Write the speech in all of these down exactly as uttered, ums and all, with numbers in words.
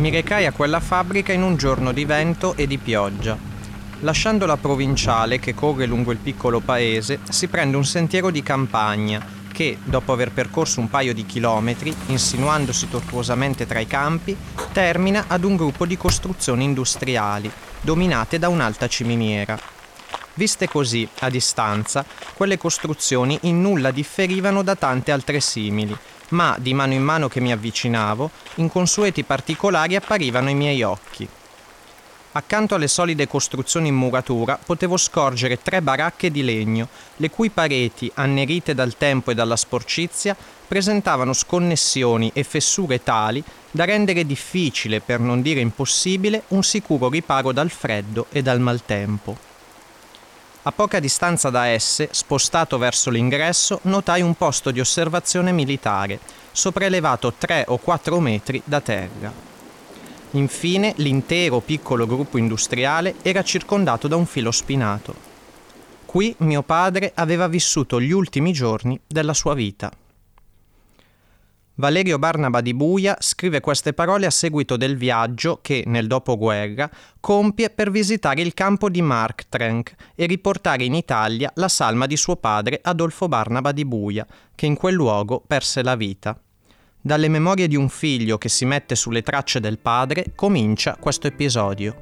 Mi recai a quella fabbrica in un giorno di vento e di pioggia. Lasciando la provinciale che corre lungo il piccolo paese, si prende un sentiero di campagna che, dopo aver percorso un paio di chilometri, insinuandosi tortuosamente tra i campi, termina ad un gruppo di costruzioni industriali, dominate da un'alta ciminiera. Viste così, a distanza, quelle costruzioni in nulla differivano da tante altre simili, ma di mano in mano che mi avvicinavo, inconsueti particolari apparivano ai miei occhi. Accanto alle solide costruzioni in muratura potevo scorgere tre baracche di legno, le cui pareti, annerite dal tempo e dalla sporcizia, presentavano sconnessioni e fessure tali da rendere difficile, per non dire impossibile, un sicuro riparo dal freddo e dal maltempo. A poca distanza da esse, spostato verso l'ingresso, notai un posto di osservazione militare, sopraelevato tre o quattro metri da terra. Infine, l'intero piccolo gruppo industriale era circondato da un filo spinato. Qui mio padre aveva vissuto gli ultimi giorni della sua vita. Valerio Barnaba di Buia scrive queste parole a seguito del viaggio che, nel dopoguerra, compie per visitare il campo di Marktrenk e riportare in Italia la salma di suo padre Adolfo Barnaba di Buia, che in quel luogo perse la vita. Dalle memorie di un figlio che si mette sulle tracce del padre comincia questo episodio.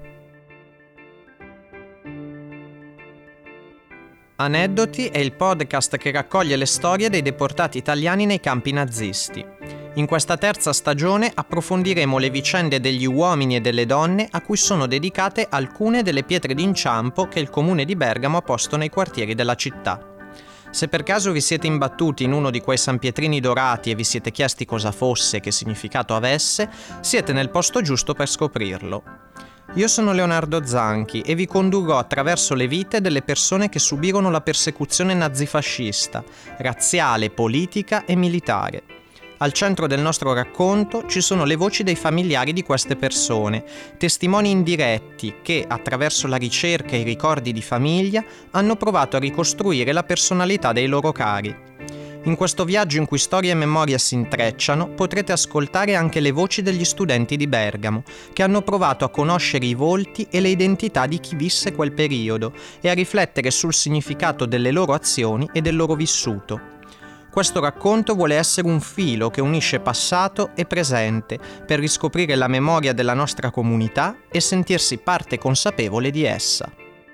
Aneddoti è il podcast che raccoglie le storie dei deportati italiani nei campi nazisti. In questa terza stagione approfondiremo le vicende degli uomini e delle donne a cui sono dedicate alcune delle pietre d'inciampo che il comune di Bergamo ha posto nei quartieri della città. Se per caso vi siete imbattuti in uno di quei sanpietrini dorati e vi siete chiesti cosa fosse e che significato avesse, siete nel posto giusto per scoprirlo. Io sono Leonardo Zanchi e vi condurrò attraverso le vite delle persone che subirono la persecuzione nazifascista, razziale, politica e militare. Al centro del nostro racconto ci sono le voci dei familiari di queste persone, testimoni indiretti che, attraverso la ricerca e i ricordi di famiglia, hanno provato a ricostruire la personalità dei loro cari. In questo viaggio in cui storia e memoria si intrecciano, potrete ascoltare anche le voci degli studenti di Bergamo, che hanno provato a conoscere i volti e le identità di chi visse quel periodo e a riflettere sul significato delle loro azioni e del loro vissuto. Questo racconto vuole essere un filo che unisce passato e presente per riscoprire la memoria della nostra comunità e sentirsi parte consapevole di essa.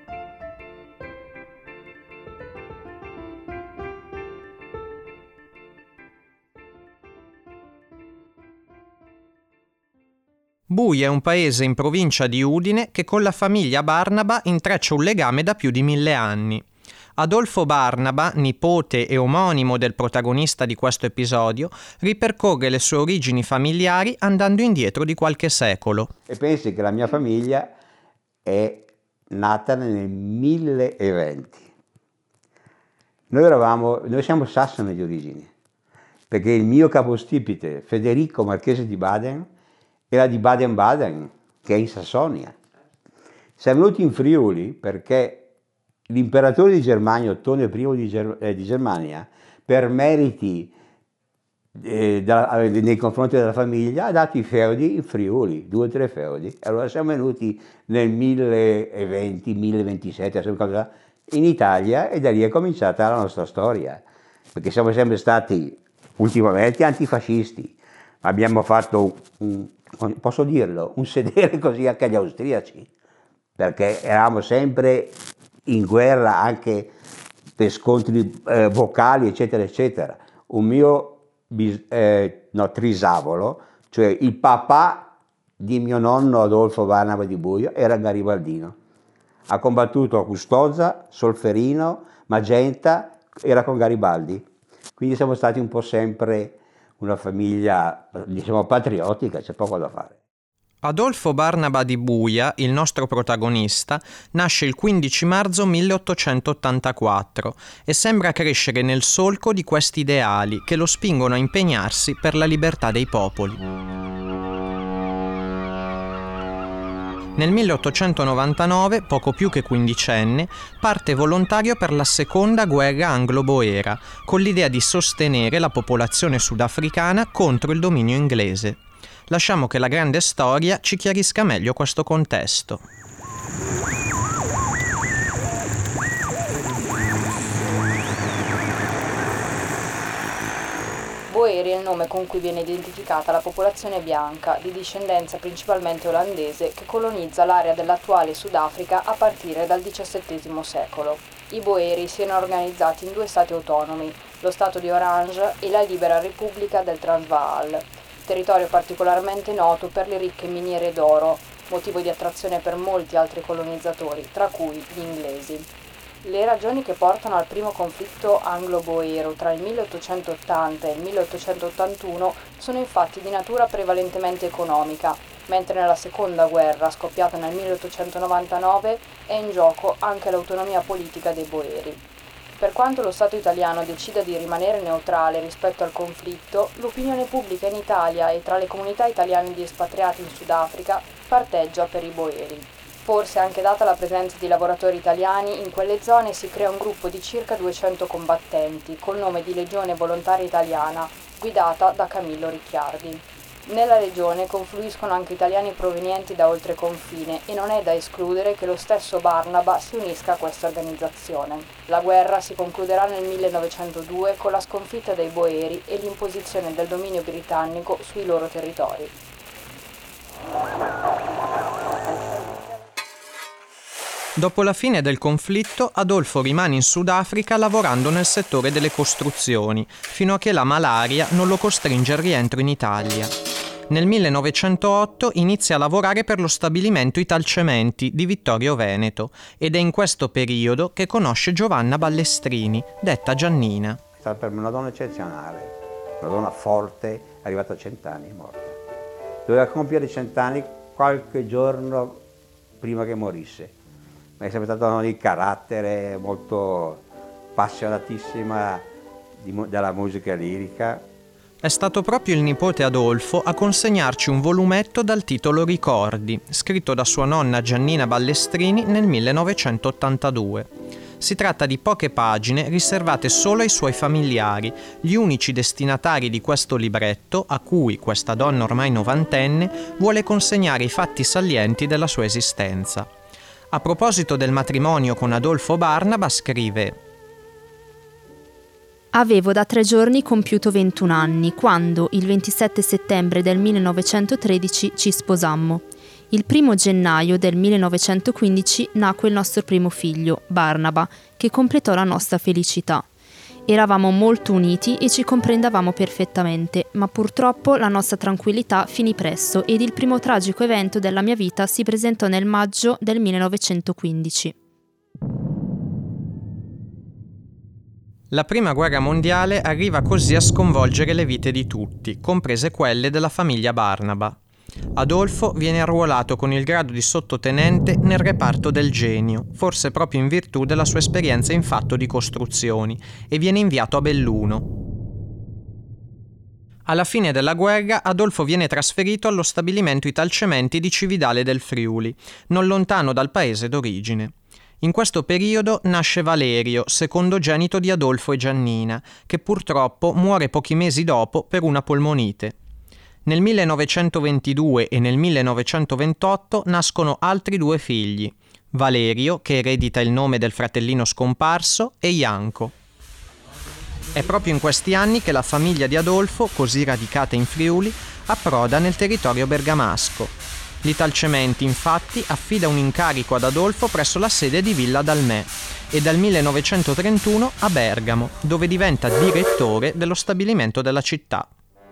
Buia è un paese in provincia di Udine che con la famiglia Barnaba intreccia un legame da più di mille anni. Adolfo Barnaba, nipote e omonimo del protagonista di questo episodio, ripercorre le sue origini familiari andando indietro di qualche secolo. E pensi che la mia famiglia è nata nel milleeventi. Noi eravamo, noi siamo sassoni di origine, perché il mio capostipite, Federico Marchese di Baden, era di Baden-Baden, che è in Sassonia. Siamo venuti in Friuli perché l'imperatore di Germania, Ottone I di, Ger- eh, di Germania, per meriti eh, da, eh, nei confronti della famiglia, ha dato i feudi in Friuli, due o tre feudi. Allora siamo venuti nel milleventi, milleventisette, in Italia e da lì è cominciata la nostra storia, perché siamo sempre stati ultimamente antifascisti. Abbiamo fatto, un, posso dirlo, un sedere così anche agli austriaci, perché eravamo sempre in guerra anche per scontri eh, vocali, eccetera, eccetera. Un mio bis, eh, no, trisavolo, cioè il papà di mio nonno Adolfo Barnaba di Buia, era garibaldino. Ha combattuto a Custoza, Solferino, Magenta, era con Garibaldi. Quindi siamo stati un po' sempre una famiglia, diciamo, patriottica, c'è poco da fare. Adolfo Barnaba di Buia, il nostro protagonista, nasce il quindici marzo milleottocentottantaquattro e sembra crescere nel solco di questi ideali che lo spingono a impegnarsi per la libertà dei popoli. Nel milleottocentonovantanove, poco più che quindicenne, parte volontario per la seconda guerra anglo-boera, con l'idea di sostenere la popolazione sudafricana contro il dominio inglese. lasciamo che la grande storia ci chiarisca meglio questo contesto. Boeri è il nome con cui viene identificata la popolazione bianca, di discendenza principalmente olandese, che colonizza l'area dell'attuale Sudafrica a partire dal diciassettesimo secolo. I Boeri si erano organizzati in due stati autonomi, lo stato di Orange e la Libera Repubblica del Transvaal, territorio particolarmente noto per le ricche miniere d'oro, motivo di attrazione per molti altri colonizzatori, tra cui gli inglesi. Le ragioni che portano al primo conflitto anglo-boero tra il milleottocentottanta e il milleottocentottantuno sono infatti di natura prevalentemente economica, mentre nella seconda guerra, scoppiata nel milleottocentonovantanove, è in gioco anche l'autonomia politica dei Boeri. Per quanto lo Stato italiano decida di rimanere neutrale rispetto al conflitto, l'opinione pubblica in Italia e tra le comunità italiane di espatriati in Sudafrica parteggia per i Boeri. Forse anche data la presenza di lavoratori italiani, in quelle zone si crea un gruppo di circa duecento combattenti, col nome di Legione Volontaria Italiana, guidata da Camillo Ricciardi. Nella legione confluiscono anche italiani provenienti da oltre confine e non è da escludere che lo stesso Barnaba si unisca a questa organizzazione. La guerra si concluderà nel millenovecentodue con la sconfitta dei Boeri e l'imposizione del dominio britannico sui loro territori. Dopo la fine del conflitto, Adolfo rimane in Sudafrica lavorando nel settore delle costruzioni, fino a che la malaria non lo costringe al rientro in Italia. Nel millenovecentootto inizia a lavorare per lo stabilimento Italcementi di Vittorio Veneto ed è in questo periodo che conosce Giovanna Ballestrini, detta Giannina. È stata per me una donna eccezionale, una donna forte, arrivata a cent'anni, morta. Doveva compiere cent'anni qualche giorno prima che morisse. Ma è sempre stata una donna di carattere, molto appassionatissima di, della musica lirica. È stato proprio il nipote Adolfo a consegnarci un volumetto dal titolo Ricordi, scritto da sua nonna Giannina Ballestrini nel millenovecentottantadue. Si tratta di poche pagine riservate solo ai suoi familiari, gli unici destinatari di questo libretto a cui questa donna ormai novantenne vuole consegnare i fatti salienti della sua esistenza. A proposito del matrimonio con Adolfo Barnaba scrive: Avevo da tre giorni compiuto ventuno anni, quando, il ventisette settembre del millenovecentotredici, ci sposammo. Il primo gennaio del millenovecentoquindici nacque il nostro primo figlio, Barnaba, che completò la nostra felicità. Eravamo molto uniti e ci comprendevamo perfettamente, ma purtroppo la nostra tranquillità finì presto ed il primo tragico evento della mia vita si presentò nel maggio del millenovecentoquindici. La prima guerra mondiale arriva così a sconvolgere le vite di tutti, comprese quelle della famiglia Barnaba. Adolfo viene arruolato con il grado di sottotenente nel reparto del Genio, forse proprio in virtù della sua esperienza in fatto di costruzioni, e viene inviato a Belluno. Alla fine della guerra Adolfo viene trasferito allo stabilimento Italcementi di Cividale del Friuli, non lontano dal paese d'origine. In questo periodo nasce Valerio, secondogenito di Adolfo e Giannina, che purtroppo muore pochi mesi dopo per una polmonite. Nel millenovecentoventidue e nel millenovecentoventotto nascono altri due figli, Valerio, che eredita il nome del fratellino scomparso, e Janko. È proprio in questi anni che la famiglia di Adolfo, così radicata in Friuli, approda nel territorio bergamasco. L'Italcementi, infatti, affida un incarico ad Adolfo presso la sede di Villa Dalmè e dal millenovecentotrentuno a Bergamo, dove diventa direttore dello stabilimento della città.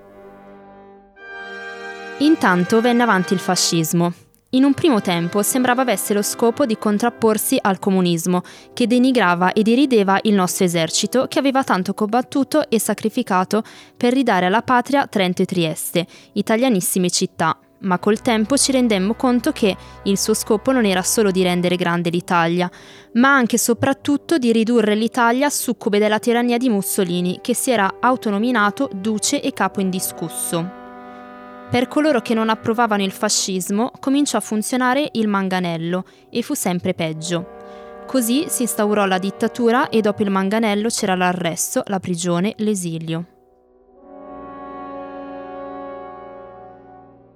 Intanto venne avanti il fascismo. In un primo tempo sembrava avesse lo scopo di contrapporsi al comunismo, che denigrava e derideva il nostro esercito che aveva tanto combattuto e sacrificato per ridare alla patria Trento e Trieste, italianissime città. Ma col tempo ci rendemmo conto che il suo scopo non era solo di rendere grande l'Italia, ma anche e soprattutto di ridurre l'Italia succube della tirannia di Mussolini, che si era autonominato duce e capo indiscusso. Per coloro che non approvavano il fascismo cominciò a funzionare il manganello e fu sempre peggio. Così si instaurò la dittatura e dopo il manganello c'era l'arresto, la prigione, l'esilio.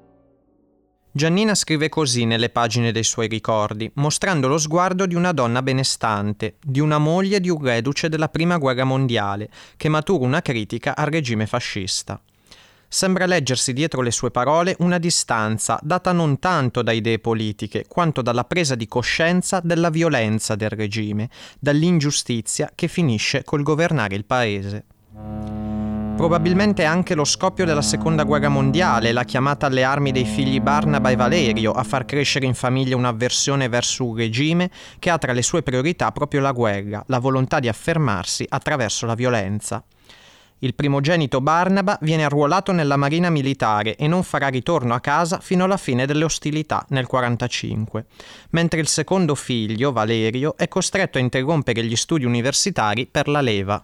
Giannina scrive così nelle pagine dei suoi ricordi, mostrando lo sguardo di una donna benestante, di una moglie di un reduce della Prima Guerra Mondiale, che matura una critica al regime fascista. Sembra leggersi dietro le sue parole una distanza data non tanto da idee politiche, quanto dalla presa di coscienza della violenza del regime, dall'ingiustizia che finisce col governare il paese. Probabilmente anche lo scoppio della Seconda Guerra Mondiale, la chiamata alle armi dei figli Barnaba e Valerio a far crescere in famiglia un'avversione verso un regime che ha tra le sue priorità proprio la guerra, la volontà di affermarsi attraverso la violenza. Il primogenito Barnaba viene arruolato nella Marina Militare e non farà ritorno a casa fino alla fine delle ostilità nel millenovecentoquarantacinque, mentre il secondo figlio, Valerio, è costretto a interrompere gli studi universitari per la leva.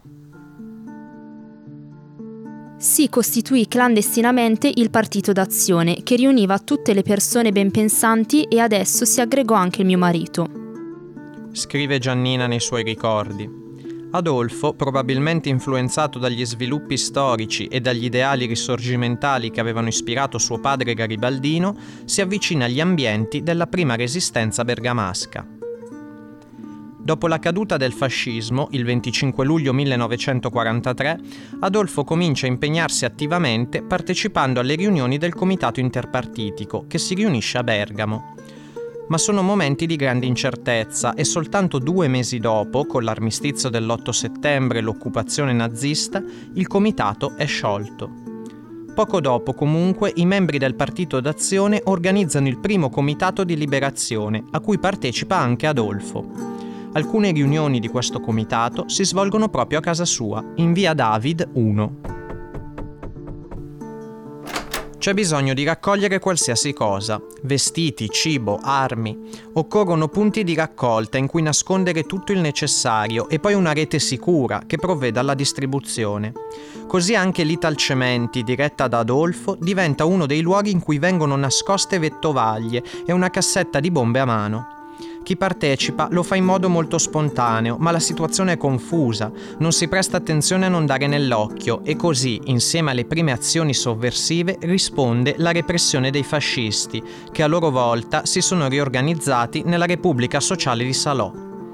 Si costituì clandestinamente il Partito d'Azione, che riuniva tutte le persone ben pensanti, e adesso si aggregò anche il mio marito. Scrive Giannina nei suoi ricordi. Adolfo, probabilmente influenzato dagli sviluppi storici e dagli ideali risorgimentali che avevano ispirato suo padre garibaldino, si avvicina agli ambienti della prima resistenza bergamasca. Dopo la caduta del fascismo, il venticinque luglio millenovecentoquarantatré, Adolfo comincia a impegnarsi attivamente partecipando alle riunioni del Comitato Interpartitico, che si riunisce a Bergamo. Ma sono momenti di grande incertezza e soltanto due mesi dopo, con l'armistizio dell'otto settembre e l'occupazione nazista, il comitato è sciolto. Poco dopo, comunque, i membri del Partito d'Azione organizzano il primo comitato di liberazione, a cui partecipa anche Adolfo. Alcune riunioni di questo comitato si svolgono proprio a casa sua, in via David uno. C'è bisogno di raccogliere qualsiasi cosa: vestiti, cibo, armi. Occorrono punti di raccolta in cui nascondere tutto il necessario e poi una rete sicura che provveda alla distribuzione. Così anche l'Italcementi, diretta da Adolfo, diventa uno dei luoghi in cui vengono nascoste vettovaglie e una cassetta di bombe a mano. Chi partecipa lo fa in modo molto spontaneo, ma la situazione è confusa, non si presta attenzione a non dare nell'occhio e così, insieme alle prime azioni sovversive, risponde la repressione dei fascisti, che a loro volta si sono riorganizzati nella Repubblica Sociale di Salò.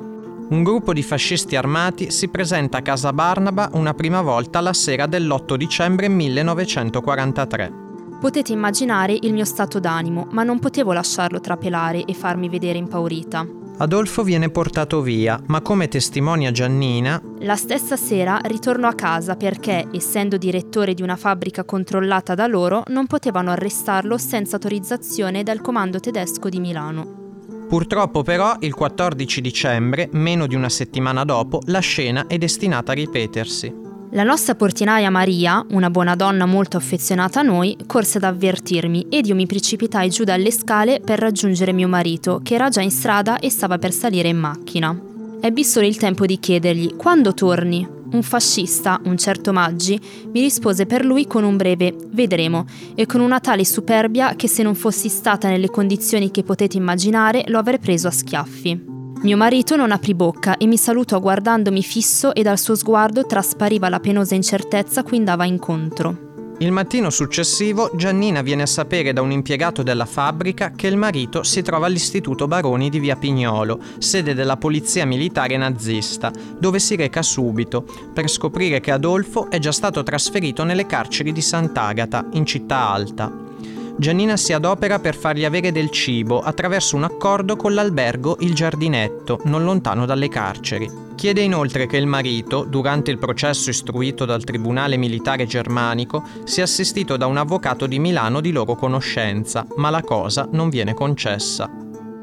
Un gruppo di fascisti armati si presenta a casa Barnaba una prima volta la sera dell'otto dicembre millenovecentoquarantatré. Potete immaginare il mio stato d'animo, ma non potevo lasciarlo trapelare e farmi vedere impaurita. Adolfo viene portato via, ma come testimonia Giannina, la stessa sera ritorno a casa perché, essendo direttore di una fabbrica controllata da loro, non potevano arrestarlo senza autorizzazione dal comando tedesco di Milano. Purtroppo però il quattordici dicembre, meno di una settimana dopo, la scena è destinata a ripetersi. La nostra portinaia Maria, una buona donna molto affezionata a noi, corse ad avvertirmi ed io mi precipitai giù dalle scale per raggiungere mio marito, che era già in strada e stava per salire in macchina. Ebbi solo il tempo di chiedergli: «Quando torni?» Un fascista, un certo Maggi, mi rispose per lui con un breve «vedremo» e con una tale superbia che se non fossi stata nelle condizioni che potete immaginare lo avrei preso a schiaffi. Mio marito non aprì bocca e mi salutò guardandomi fisso e dal suo sguardo traspariva la penosa incertezza cui andava incontro. Il mattino successivo Giannina viene a sapere da un impiegato della fabbrica che il marito si trova all'Istituto Baroni di via Pignolo, sede della polizia militare nazista, dove si reca subito, per scoprire che Adolfo è già stato trasferito nelle carceri di Sant'Agata, in Città Alta. Giannina si adopera per fargli avere del cibo attraverso un accordo con l'albergo Il Giardinetto, non lontano dalle carceri. Chiede inoltre che il marito, durante il processo istruito dal Tribunale Militare Germanico, sia assistito da un avvocato di Milano di loro conoscenza, ma la cosa non viene concessa.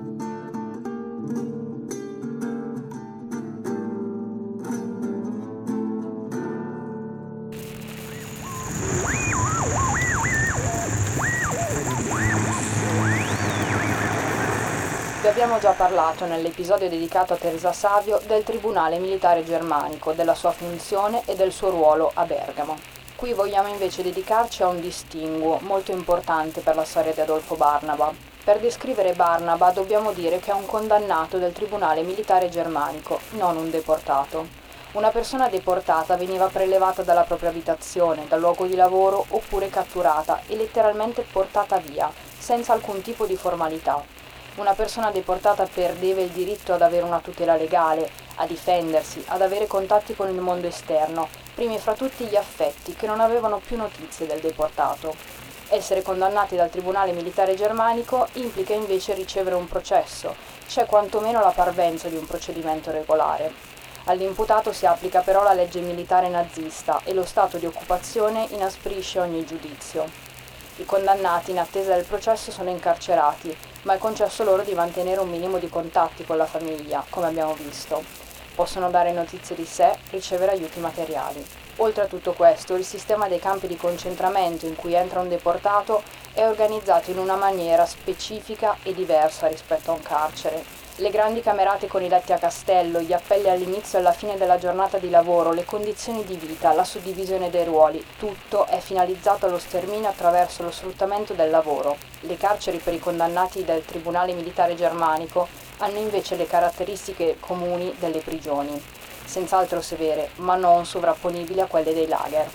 Abbiamo già parlato nell'episodio dedicato a Teresa Savio del Tribunale Militare Germanico, della sua funzione e del suo ruolo a Bergamo. Qui vogliamo invece dedicarci a un distinguo molto importante per la storia di Adolfo Barnaba. Per descrivere Barnaba dobbiamo dire che è un condannato del Tribunale Militare Germanico, non un deportato. Una persona deportata veniva prelevata dalla propria abitazione, dal luogo di lavoro oppure catturata e letteralmente portata via, senza alcun tipo di formalità. Una persona deportata perdeva il diritto ad avere una tutela legale, a difendersi, ad avere contatti con il mondo esterno, primi fra tutti gli affetti, che non avevano più notizie del deportato. Essere condannati dal Tribunale Militare Germanico implica invece ricevere un processo, c'è quantomeno la parvenza di un procedimento regolare. All'imputato si applica però la legge militare nazista e lo stato di occupazione inasprisce ogni giudizio. I condannati in attesa del processo sono incarcerati, ma è concesso loro di mantenere un minimo di contatti con la famiglia, come abbiamo visto. Possono dare notizie di sé, ricevere aiuti materiali. Oltre a tutto questo, il sistema dei campi di concentramento in cui entra un deportato è organizzato in una maniera specifica e diversa rispetto a un carcere. Le grandi camerate con i letti a castello, gli appelli all'inizio e alla fine della giornata di lavoro, le condizioni di vita, la suddivisione dei ruoli, tutto è finalizzato allo sterminio attraverso lo sfruttamento del lavoro. Le carceri per i condannati del Tribunale Militare Germanico hanno invece le caratteristiche comuni delle prigioni, senz'altro severe, ma non sovrapponibili a quelle dei lager.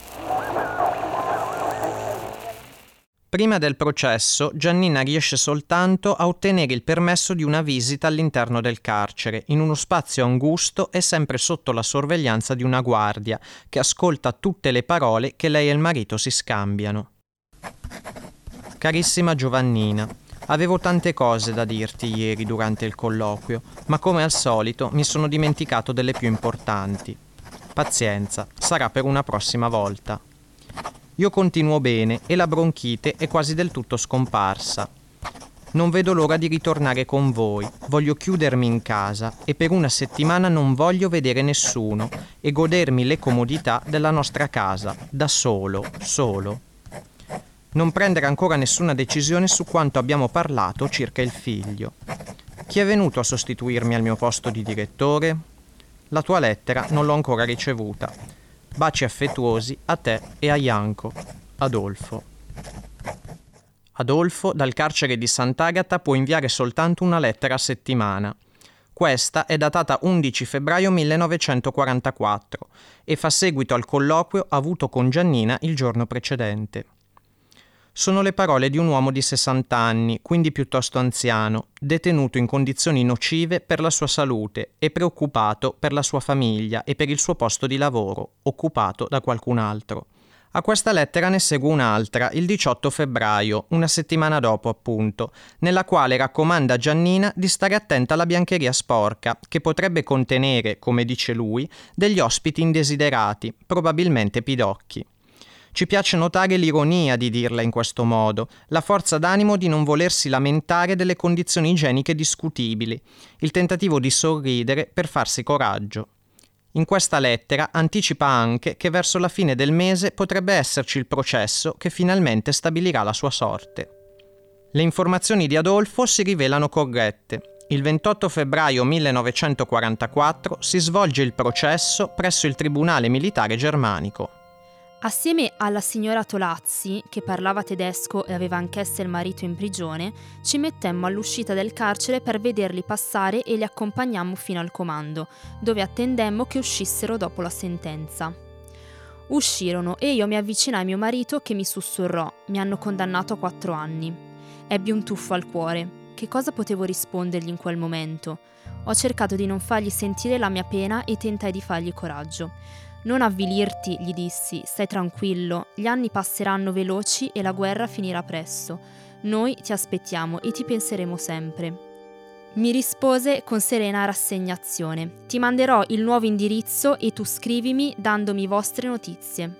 Prima del processo, Giannina riesce soltanto a ottenere il permesso di una visita all'interno del carcere, in uno spazio angusto e sempre sotto la sorveglianza di una guardia, che ascolta tutte le parole che lei e il marito si scambiano. Carissima Giovannina, avevo tante cose da dirti ieri durante il colloquio, ma come al solito mi sono dimenticato delle più importanti. Pazienza, sarà per una prossima volta. Io continuo bene e la bronchite è quasi del tutto scomparsa. Non vedo l'ora di ritornare con voi, voglio chiudermi in casa e per una settimana non voglio vedere nessuno e godermi le comodità della nostra casa, da solo, solo. Non prendere ancora nessuna decisione su quanto abbiamo parlato circa il figlio. Chi è venuto a sostituirmi al mio posto di direttore? La tua lettera non l'ho ancora ricevuta. Baci affettuosi a te e a Janko. Adolfo. Adolfo dal carcere di Sant'Agata può inviare soltanto una lettera a settimana. Questa è datata undici febbraio millenovecentoquarantaquattro e fa seguito al colloquio avuto con Giannina il giorno precedente. Sono le parole di un uomo di sessanta anni, quindi piuttosto anziano, detenuto in condizioni nocive per la sua salute e preoccupato per la sua famiglia e per il suo posto di lavoro, occupato da qualcun altro. A questa lettera ne segue un'altra, il diciotto febbraio, una settimana dopo appunto, nella quale raccomanda a Giannina di stare attenta alla biancheria sporca, che potrebbe contenere, come dice lui, degli ospiti indesiderati, probabilmente pidocchi. Ci piace notare l'ironia di dirla in questo modo, la forza d'animo di non volersi lamentare delle condizioni igieniche discutibili, il tentativo di sorridere per farsi coraggio. In questa lettera anticipa anche che verso la fine del mese potrebbe esserci il processo che finalmente stabilirà la sua sorte. Le informazioni di Adolfo si rivelano corrette. Il ventotto febbraio millenovecentoquarantaquattro si svolge il processo presso il Tribunale Militare Germanico. Assieme alla signora Tolazzi, che parlava tedesco e aveva anch'essa il marito in prigione, ci mettemmo all'uscita del carcere per vederli passare e li accompagnammo fino al comando, dove attendemmo che uscissero dopo la sentenza. Uscirono e io mi avvicinai a mio marito che mi sussurrò: mi hanno condannato a quattro anni. Ebbi un tuffo al cuore. Che cosa potevo rispondergli in quel momento? Ho cercato di non fargli sentire la mia pena e tentai di fargli coraggio. Non avvilirti, gli dissi, stai tranquillo, gli anni passeranno veloci e la guerra finirà presto. Noi ti aspettiamo e ti penseremo sempre. Mi rispose con serena rassegnazione. Ti manderò il nuovo indirizzo e tu scrivimi dandomi vostre notizie.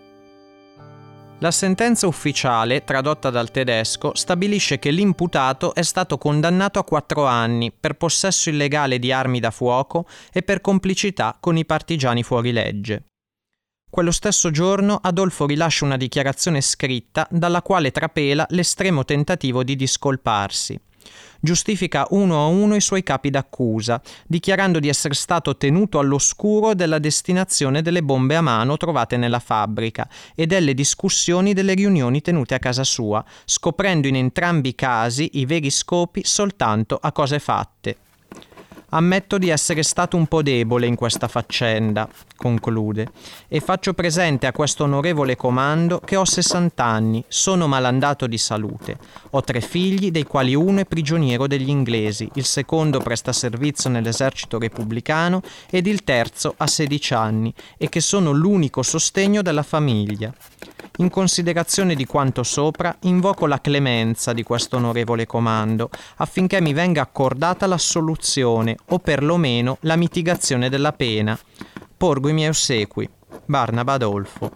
La sentenza ufficiale, tradotta dal tedesco, stabilisce che l'imputato è stato condannato a quattro anni per possesso illegale di armi da fuoco e per complicità con i partigiani fuorilegge. Quello stesso giorno Adolfo rilascia una dichiarazione scritta dalla quale trapela l'estremo tentativo di discolparsi. Giustifica uno a uno i suoi capi d'accusa, dichiarando di essere stato tenuto all'oscuro della destinazione delle bombe a mano trovate nella fabbrica e delle discussioni delle riunioni tenute a casa sua, scoprendo in entrambi i casi i veri scopi soltanto a cose fatte. Ammetto di essere stato un po' debole in questa faccenda, conclude, e faccio presente a questo onorevole comando che ho sessanta anni, sono malandato di salute. Ho tre figli, dei quali uno è prigioniero degli inglesi, il secondo presta servizio nell'esercito repubblicano ed il terzo ha sedici anni, e che sono l'unico sostegno della famiglia. In considerazione di quanto sopra, invoco la clemenza di questo onorevole comando affinché mi venga accordata l'assoluzione o perlomeno la mitigazione della pena. Porgo i miei ossequi. Barnaba Adolfo.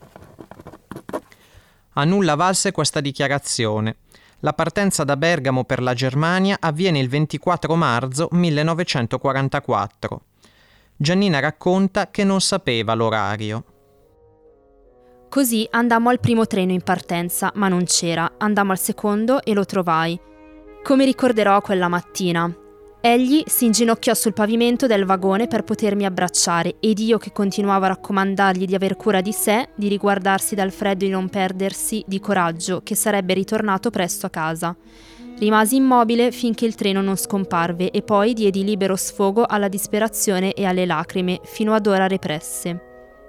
A nulla valse questa dichiarazione. La partenza da Bergamo per la Germania avviene il ventiquattro marzo millenovecentoquarantaquattro. Giannina racconta che non sapeva l'orario. Così andammo al primo treno in partenza, ma non c'era. Andammo al secondo e lo trovai. Come ricorderò quella mattina. Egli si inginocchiò sul pavimento del vagone per potermi abbracciare ed io, che continuavo a raccomandargli di aver cura di sé, di riguardarsi dal freddo e di non perdersi di coraggio, che sarebbe ritornato presto a casa. Rimasi immobile finché il treno non scomparve e poi diedi libero sfogo alla disperazione e alle lacrime, fino ad ora represse.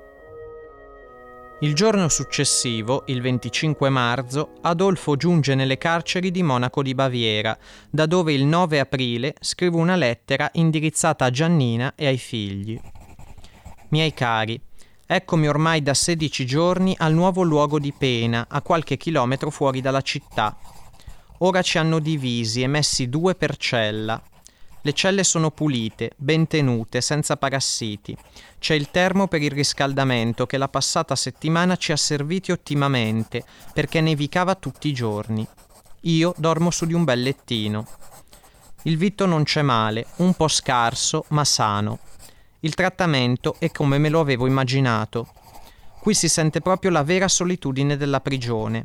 Il giorno successivo, il venticinque marzo, Adolfo giunge nelle carceri di Monaco di Baviera, da dove il nove aprile scrive una lettera indirizzata a Giannina e ai figli. Miei cari, eccomi ormai da sedici giorni al nuovo luogo di pena, a qualche chilometro fuori dalla città. Ora ci hanno divisi e messi due per cella. Le celle sono pulite, ben tenute, senza parassiti. C'è il termo per il riscaldamento che la passata settimana ci ha serviti ottimamente, perché nevicava tutti i giorni. Io dormo su di un bel lettino. Il vitto non c'è male, un po' scarso, ma sano. Il trattamento è come me lo avevo immaginato. Qui si sente proprio la vera solitudine della prigione.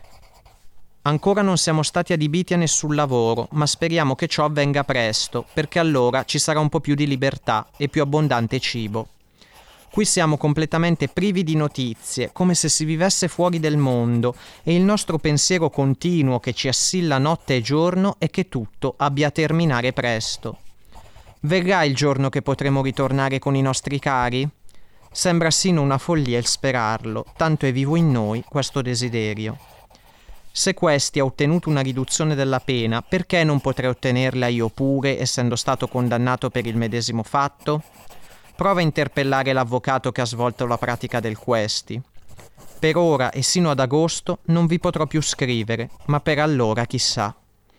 Ancora non siamo stati adibiti a nessun lavoro, ma speriamo che ciò avvenga presto, perché allora ci sarà un po' più di libertà e più abbondante cibo. Qui siamo completamente privi di notizie, come se si vivesse fuori del mondo, e il nostro pensiero continuo che ci assilla notte e giorno è che tutto abbia a terminare presto. Verrà il giorno che potremo ritornare con i nostri cari? Sembra sino una follia il sperarlo, tanto è vivo in noi questo desiderio. Se questi ha ottenuto una riduzione della pena, perché non potrei ottenerla io pure, essendo stato condannato per il medesimo fatto? Prova a interpellare l'avvocato che ha svolto la pratica del questi. Per ora e sino ad agosto non vi potrò più scrivere, ma per allora chissà.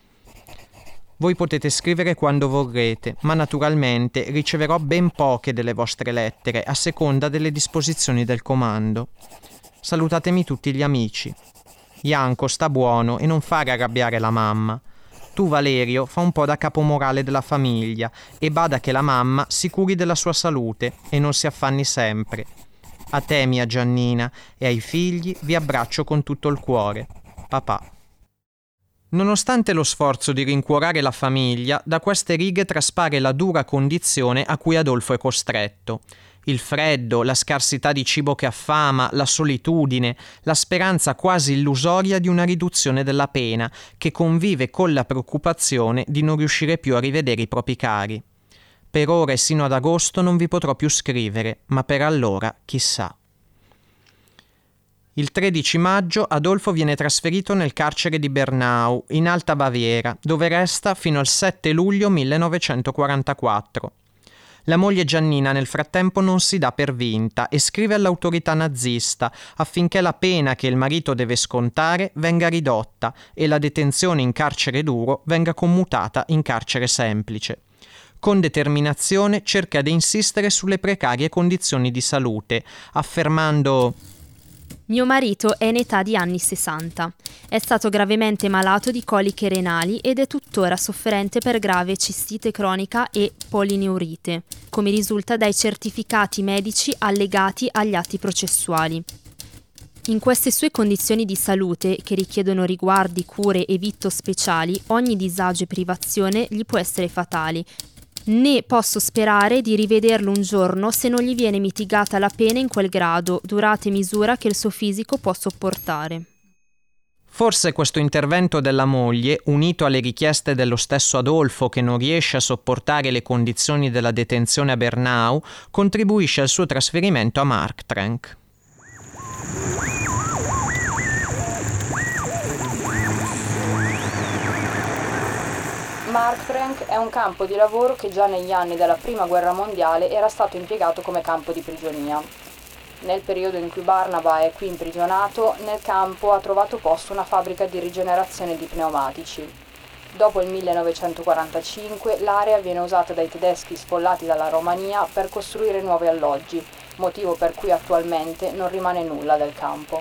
Voi potete scrivere quando vorrete, ma naturalmente riceverò ben poche delle vostre lettere, a seconda delle disposizioni del comando. Salutatemi tutti gli amici. Ianco, sta buono e non fare arrabbiare la mamma. Tu, Valerio, fa un po' da capomorale della famiglia e bada che la mamma si curi della sua salute e non si affanni sempre. A te, mia Giannina, e ai figli vi abbraccio con tutto il cuore. Papà. Nonostante lo sforzo di rincuorare la famiglia, da queste righe traspare la dura condizione a cui Adolfo è costretto. Il freddo, la scarsità di cibo che affama, la solitudine, la speranza quasi illusoria di una riduzione della pena, che convive con la preoccupazione di non riuscire più a rivedere i propri cari. Per ora e sino ad agosto non vi potrò più scrivere, ma per allora chissà. Il tredici maggio Adolfo viene trasferito nel carcere di Bernau, in Alta Baviera, dove resta fino al sette luglio millenovecentoquarantaquattro. La moglie Giannina nel frattempo non si dà per vinta e scrive all'autorità nazista affinché la pena che il marito deve scontare venga ridotta e la detenzione in carcere duro venga commutata in carcere semplice. Con determinazione cerca di insistere sulle precarie condizioni di salute, affermando: Mio marito è in età di anni sessanta. È stato gravemente malato di coliche renali ed è tuttora sofferente per grave cistite cronica e polineurite, come risulta dai certificati medici allegati agli atti processuali. In queste sue condizioni di salute, che richiedono riguardi, cure e vitto speciali, ogni disagio e privazione gli può essere fatali. Né posso sperare di rivederlo un giorno se non gli viene mitigata la pena in quel grado, durata e misura che il suo fisico può sopportare. Forse questo intervento della moglie, unito alle richieste dello stesso Adolfo che non riesce a sopportare le condizioni della detenzione a Bernau, contribuisce al suo trasferimento a Marktrenk. Marktrenk è un campo di lavoro che già negli anni della Prima Guerra Mondiale era stato impiegato come campo di prigionia. Nel periodo in cui Barnaba è qui imprigionato, nel campo ha trovato posto una fabbrica di rigenerazione di pneumatici. Dopo il millenovecentoquarantacinque l'area viene usata dai tedeschi sfollati dalla Romania per costruire nuovi alloggi, motivo per cui attualmente non rimane nulla del campo.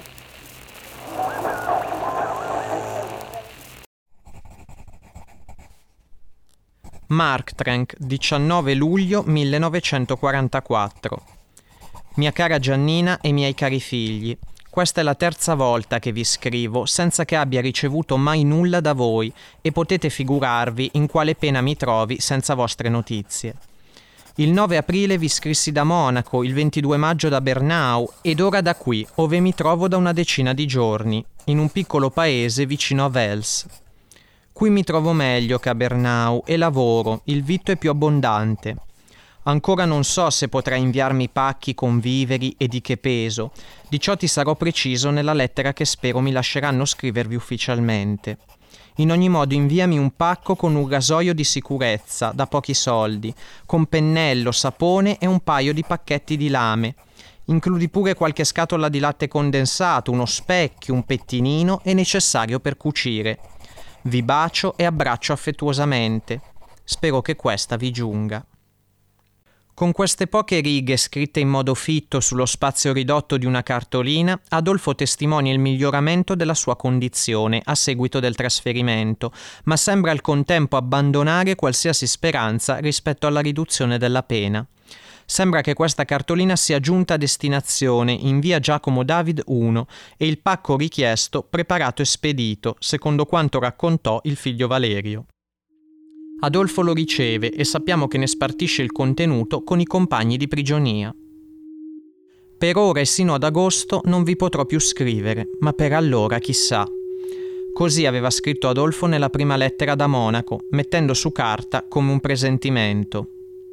Marktrenk, diciannove luglio millenovecentoquarantaquattro. Mia cara Giannina e miei cari figli, questa è la terza volta che vi scrivo senza che abbia ricevuto mai nulla da voi e potete figurarvi in quale pena mi trovi senza vostre notizie. Il nove aprile vi scrissi da Monaco, il ventidue maggio da Bernau ed ora da qui, ove mi trovo da una decina di giorni, in un piccolo paese vicino a Wels. Qui mi trovo meglio che a Bernau e lavoro, il vitto è più abbondante. Ancora non so se potrai inviarmi pacchi con viveri e di che peso. Di ciò ti sarò preciso nella lettera che spero mi lasceranno scrivervi ufficialmente. In ogni modo inviami un pacco con un gasolio di sicurezza, da pochi soldi, con pennello, sapone e un paio di pacchetti di lame. Includi pure qualche scatola di latte condensato, uno specchio, un pettinino e necessario per cucire. Vi bacio e abbraccio affettuosamente. Spero che questa vi giunga. Con queste poche righe scritte in modo fitto sullo spazio ridotto di una cartolina, Adolfo testimonia il miglioramento della sua condizione a seguito del trasferimento, ma sembra al contempo abbandonare qualsiasi speranza rispetto alla riduzione della pena. Sembra che questa cartolina sia giunta a destinazione in via Giacomo David uno e il pacco richiesto preparato e spedito, secondo quanto raccontò il figlio Valerio. Adolfo lo riceve e sappiamo che ne spartisce il contenuto con i compagni di prigionia. Per ora e sino ad agosto non vi potrò più scrivere, ma per allora chissà. Così aveva scritto Adolfo nella prima lettera da Monaco, mettendo su carta come un presentimento.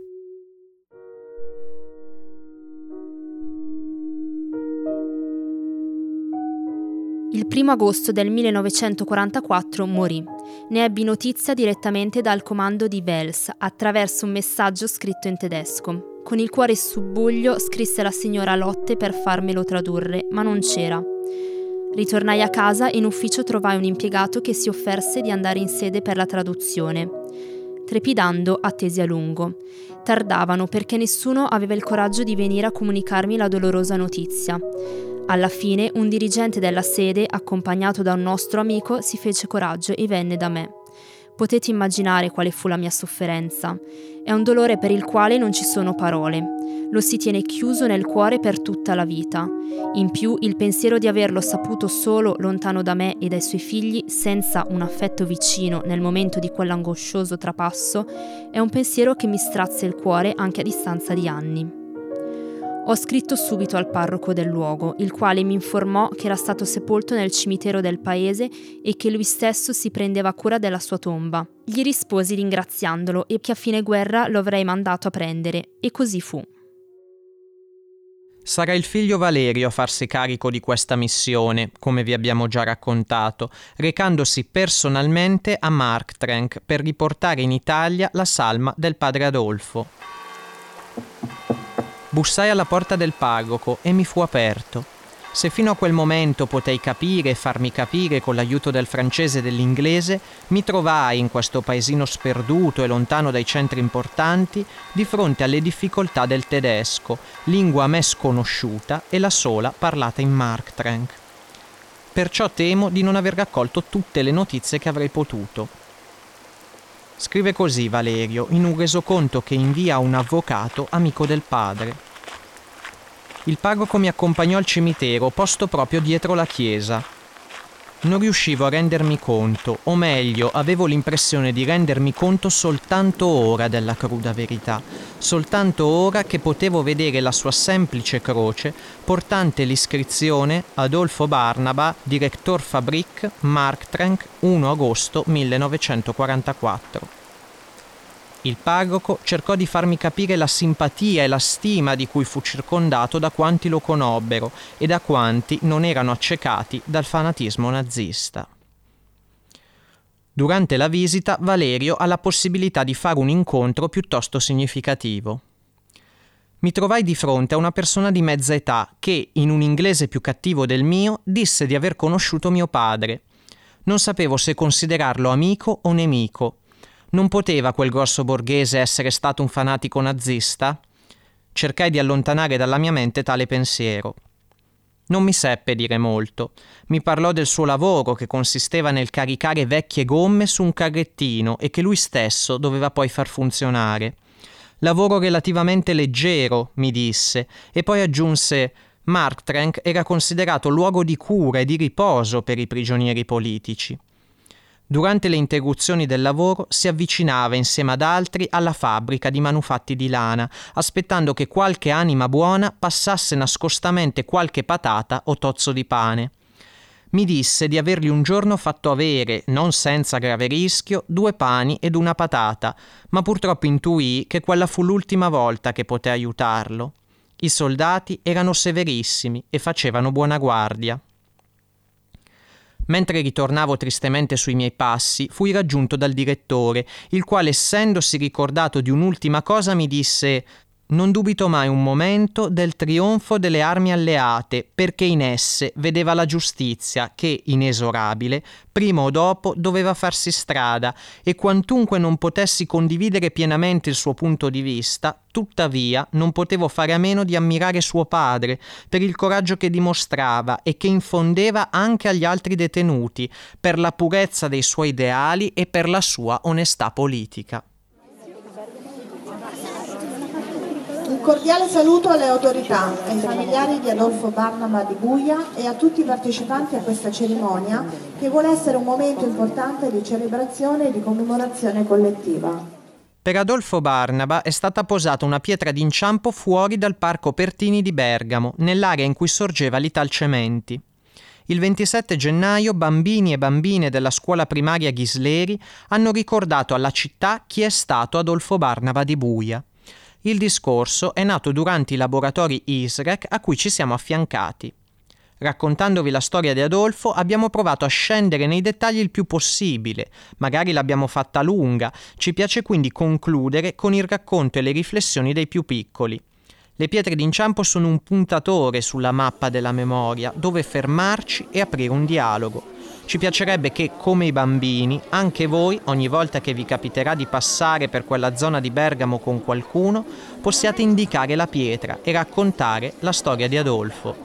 Il primo agosto del millenovecentoquarantaquattro morì. Ne ebbi notizia direttamente dal comando di Wels attraverso un messaggio scritto in tedesco. Con il cuore subbuglio scrisse alla signora Lotte per farmelo tradurre, ma non c'era. Ritornai a casa e in ufficio trovai un impiegato che si offerse di andare in sede per la traduzione. Trepidando, attesi a lungo. Tardavano perché nessuno aveva il coraggio di venire a comunicarmi la dolorosa notizia. Alla fine un dirigente della sede, accompagnato da un nostro amico, si fece coraggio e venne da me. Potete immaginare quale fu la mia sofferenza. È un dolore per il quale non ci sono parole. Lo si tiene chiuso nel cuore per tutta la vita. In più, il pensiero di averlo saputo solo lontano da me e dai suoi figli, senza un affetto vicino nel momento di quell'angoscioso trapasso, è un pensiero che mi strazia il cuore anche a distanza di anni. Ho scritto subito al parroco del luogo, il quale mi informò che era stato sepolto nel cimitero del paese e che lui stesso si prendeva cura della sua tomba. Gli risposi ringraziandolo e che a fine guerra lo avrei mandato a prendere, e così fu. Sarà il figlio Valerio a farsi carico di questa missione, come vi abbiamo già raccontato, recandosi personalmente a Marktrenk per riportare in Italia la salma del padre Adolfo. Bussai alla porta del parroco e mi fu aperto. Se fino a quel momento potei capire e farmi capire con l'aiuto del francese e dell'inglese, mi trovai in questo paesino sperduto e lontano dai centri importanti di fronte alle difficoltà del tedesco, lingua a me sconosciuta e la sola parlata in Marktrenk. Perciò temo di non aver raccolto tutte le notizie che avrei potuto. Scrive così Valerio in un resoconto che invia a un avvocato amico del padre. Il parroco mi accompagnò al cimitero, posto proprio dietro la chiesa. Non riuscivo a rendermi conto, o meglio, avevo l'impressione di rendermi conto soltanto ora della cruda verità, soltanto ora che potevo vedere la sua semplice croce portante l'iscrizione Adolfo Barnaba, Director Fabrik, Marktrenk, primo agosto millenovecentoquarantaquattro. Il parroco cercò di farmi capire la simpatia e la stima di cui fu circondato da quanti lo conobbero e da quanti non erano accecati dal fanatismo nazista. Durante la visita, Valerio ha la possibilità di fare un incontro piuttosto significativo. Mi trovai di fronte a una persona di mezza età che, in un inglese più cattivo del mio, disse di aver conosciuto mio padre. Non sapevo se considerarlo amico o nemico. Non poteva quel grosso borghese essere stato un fanatico nazista? Cercai di allontanare dalla mia mente tale pensiero. Non mi seppe dire molto. Mi parlò del suo lavoro, che consisteva nel caricare vecchie gomme su un carrettino e che lui stesso doveva poi far funzionare. Lavoro relativamente leggero, mi disse, e poi aggiunse: Marktrenk era considerato luogo di cura e di riposo per i prigionieri politici. Durante le interruzioni del lavoro si avvicinava insieme ad altri alla fabbrica di manufatti di lana, aspettando che qualche anima buona passasse nascostamente qualche patata o tozzo di pane. Mi disse di avergli un giorno fatto avere, non senza grave rischio, due pani ed una patata, ma purtroppo intuì che quella fu l'ultima volta che poté aiutarlo. I soldati erano severissimi e facevano buona guardia. Mentre ritornavo tristemente sui miei passi, fui raggiunto dal direttore, il quale, essendosi ricordato di un'ultima cosa, mi disse: «Non dubito mai un momento del trionfo delle armi alleate, perché in esse vedeva la giustizia che, inesorabile, prima o dopo doveva farsi strada, e quantunque non potessi condividere pienamente il suo punto di vista, tuttavia non potevo fare a meno di ammirare suo padre per il coraggio che dimostrava e che infondeva anche agli altri detenuti, per la purezza dei suoi ideali e per la sua onestà politica». Un cordiale saluto alle autorità, ai familiari di Adolfo Barnaba di Buia e a tutti i partecipanti a questa cerimonia, che vuole essere un momento importante di celebrazione e di commemorazione collettiva. Per Adolfo Barnaba è stata posata una pietra d'inciampo fuori dal Parco Pertini di Bergamo, nell'area in cui sorgeva l'Italcementi. Il ventisette gennaio bambini e bambine della scuola primaria Ghisleri hanno ricordato alla città chi è stato Adolfo Barnaba di Buia. Il discorso è nato durante i laboratori I S R E C a cui ci siamo affiancati. Raccontandovi la storia di Adolfo abbiamo provato a scendere nei dettagli il più possibile, magari l'abbiamo fatta lunga, ci piace quindi concludere con il racconto e le riflessioni dei più piccoli. Le pietre d'inciampo sono un puntatore sulla mappa della memoria, dove fermarci e aprire un dialogo. Ci piacerebbe che, come i bambini, anche voi, ogni volta che vi capiterà di passare per quella zona di Bergamo con qualcuno, possiate indicare la pietra e raccontare la storia di Adolfo.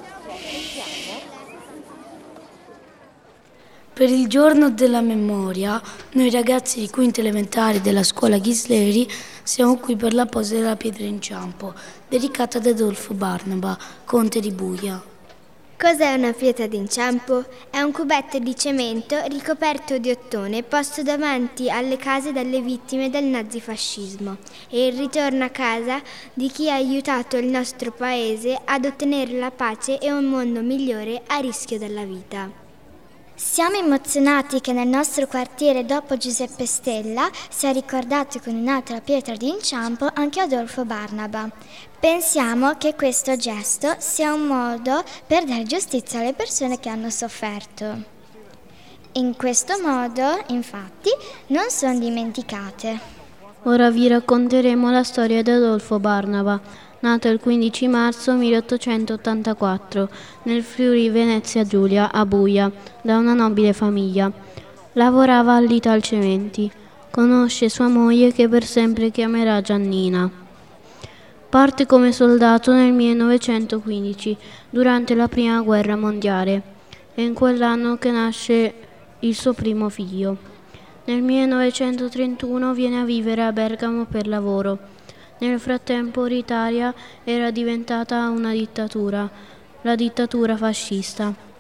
Per il giorno della memoria, noi ragazzi di quinta elementare della scuola Ghisleri siamo qui per la posa della pietra d'inciampo, dedicata ad Adolfo Barnaba, conte di Buia. Cos'è una pietra d'inciampo? È un cubetto di cemento ricoperto di ottone posto davanti alle case delle vittime del nazifascismo e il ritorno a casa di chi ha aiutato il nostro paese ad ottenere la pace e un mondo migliore a rischio della vita. Siamo emozionati che nel nostro quartiere, dopo Giuseppe Stella, sia ricordato con un'altra pietra d'inciampo anche Adolfo Barnaba. Pensiamo che questo gesto sia un modo per dare giustizia alle persone che hanno sofferto. In questo modo, infatti, non sono dimenticate. Ora vi racconteremo la storia di Adolfo Barnaba, nato il quindici marzo milleottocentottantaquattro nel Friuli Venezia Giulia a Buia, da una nobile famiglia. Lavorava all'Italcementi. Conosce sua moglie che per sempre chiamerà Giannina. Parte come soldato nel millenovecentoquindici, durante la prima guerra mondiale. È in quell'anno che nasce il suo primo figlio. Nel millenovecentotrentuno viene a vivere a Bergamo per lavoro. Nel frattempo l'Italia era diventata una dittatura, la dittatura fascista.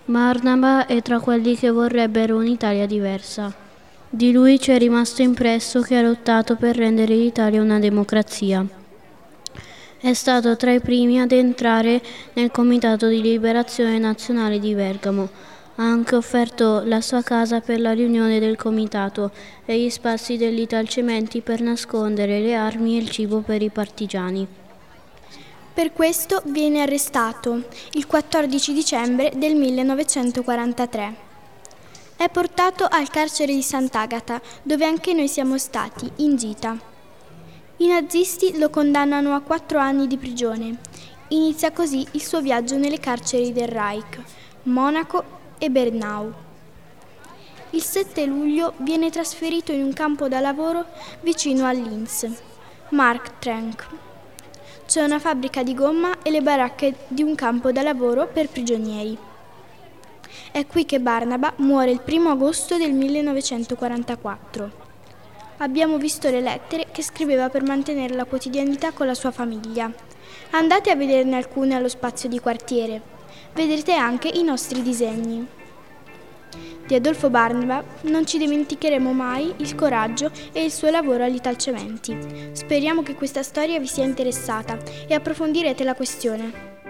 Barnaba è tra quelli che vorrebbero un'Italia diversa. Di lui ci è rimasto impresso che ha lottato per rendere l'Italia una democrazia. È stato tra i primi ad entrare nel Comitato di Liberazione Nazionale di Bergamo. Ha anche offerto la sua casa per la riunione del comitato e gli spazi dell'Italcementi per nascondere le armi e il cibo per i partigiani. Per questo viene arrestato il quattordici dicembre del millenovecentoquarantatré. È portato al carcere di Sant'Agata, dove anche noi siamo stati, in gita. I nazisti lo condannano a quattro anni di prigione. Inizia così il suo viaggio nelle carceri del Reich, Monaco e Bernau. Il sette luglio viene trasferito in un campo da lavoro vicino a Linz, Marktrenk. C'è una fabbrica di gomma e le baracche di un campo da lavoro per prigionieri. È qui che Barnaba muore il primo agosto del millenovecentoquarantaquattro. Abbiamo visto le lettere che scriveva per mantenere la quotidianità con la sua famiglia. Andate a vederne alcune allo spazio di quartiere. Vedrete anche i nostri disegni. Di Adolfo Barnaba non ci dimenticheremo mai il coraggio e il suo lavoro all'Italcementi. Speriamo che questa storia vi sia interessata e approfondirete la questione.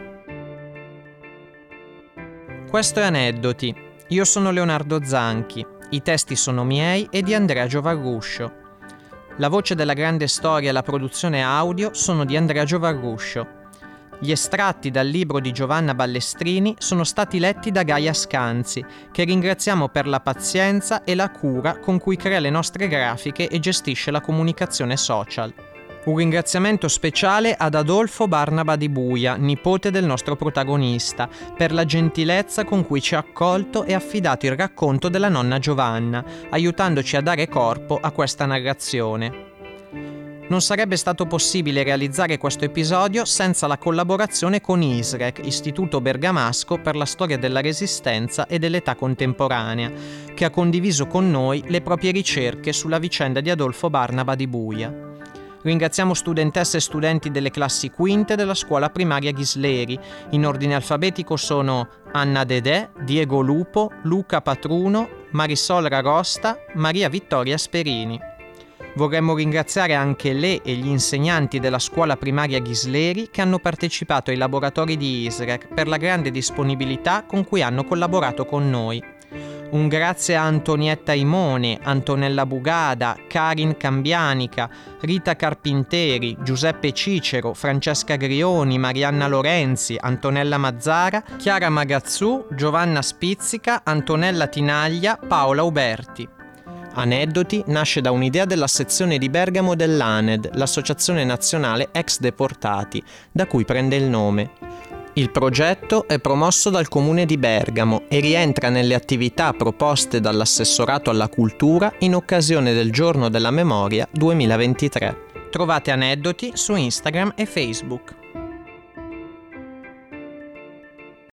Questo è Aneddoti. Io sono Leonardo Zanchi. I testi sono miei e di Andrea Giovarruscio. La voce della grande storia e la produzione audio sono di Andrea Giovarruscio. Gli estratti dal libro di Giovanna Ballestrini sono stati letti da Gaia Scanzi, che ringraziamo per la pazienza e la cura con cui crea le nostre grafiche e gestisce la comunicazione social. Un ringraziamento speciale ad Adolfo Barnaba di Buia, nipote del nostro protagonista, per la gentilezza con cui ci ha accolto e affidato il racconto della nonna Giovanna, aiutandoci a dare corpo a questa narrazione. Non sarebbe stato possibile realizzare questo episodio senza la collaborazione con I S R E C, Istituto Bergamasco per la Storia della Resistenza e dell'Età Contemporanea, che ha condiviso con noi le proprie ricerche sulla vicenda di Adolfo Barnaba di Buia. Ringraziamo studentesse e studenti delle classi quinte della scuola primaria Ghisleri. In ordine alfabetico sono Anna Dedè, Diego Lupo, Luca Patruno, Marisol Ragosta, Maria Vittoria Sperini. Vorremmo ringraziare anche le e gli insegnanti della scuola primaria Ghisleri che hanno partecipato ai laboratori di I S R E C per la grande disponibilità con cui hanno collaborato con noi. Un grazie a Antonietta Imone, Antonella Bugada, Karin Cambianica, Rita Carpinteri, Giuseppe Cicero, Francesca Grioni, Marianna Lorenzi, Antonella Mazzara, Chiara Magazzù, Giovanna Spizzica, Antonella Tinaglia, Paola Uberti. Aneddoti nasce da un'idea della sezione di Bergamo dell'A N E D, l'Associazione Nazionale Ex Deportati, da cui prende il nome. Il progetto è promosso dal Comune di Bergamo e rientra nelle attività proposte dall'Assessorato alla Cultura in occasione del Giorno della Memoria duemilaventitré. Trovate Aneddoti su Instagram e Facebook.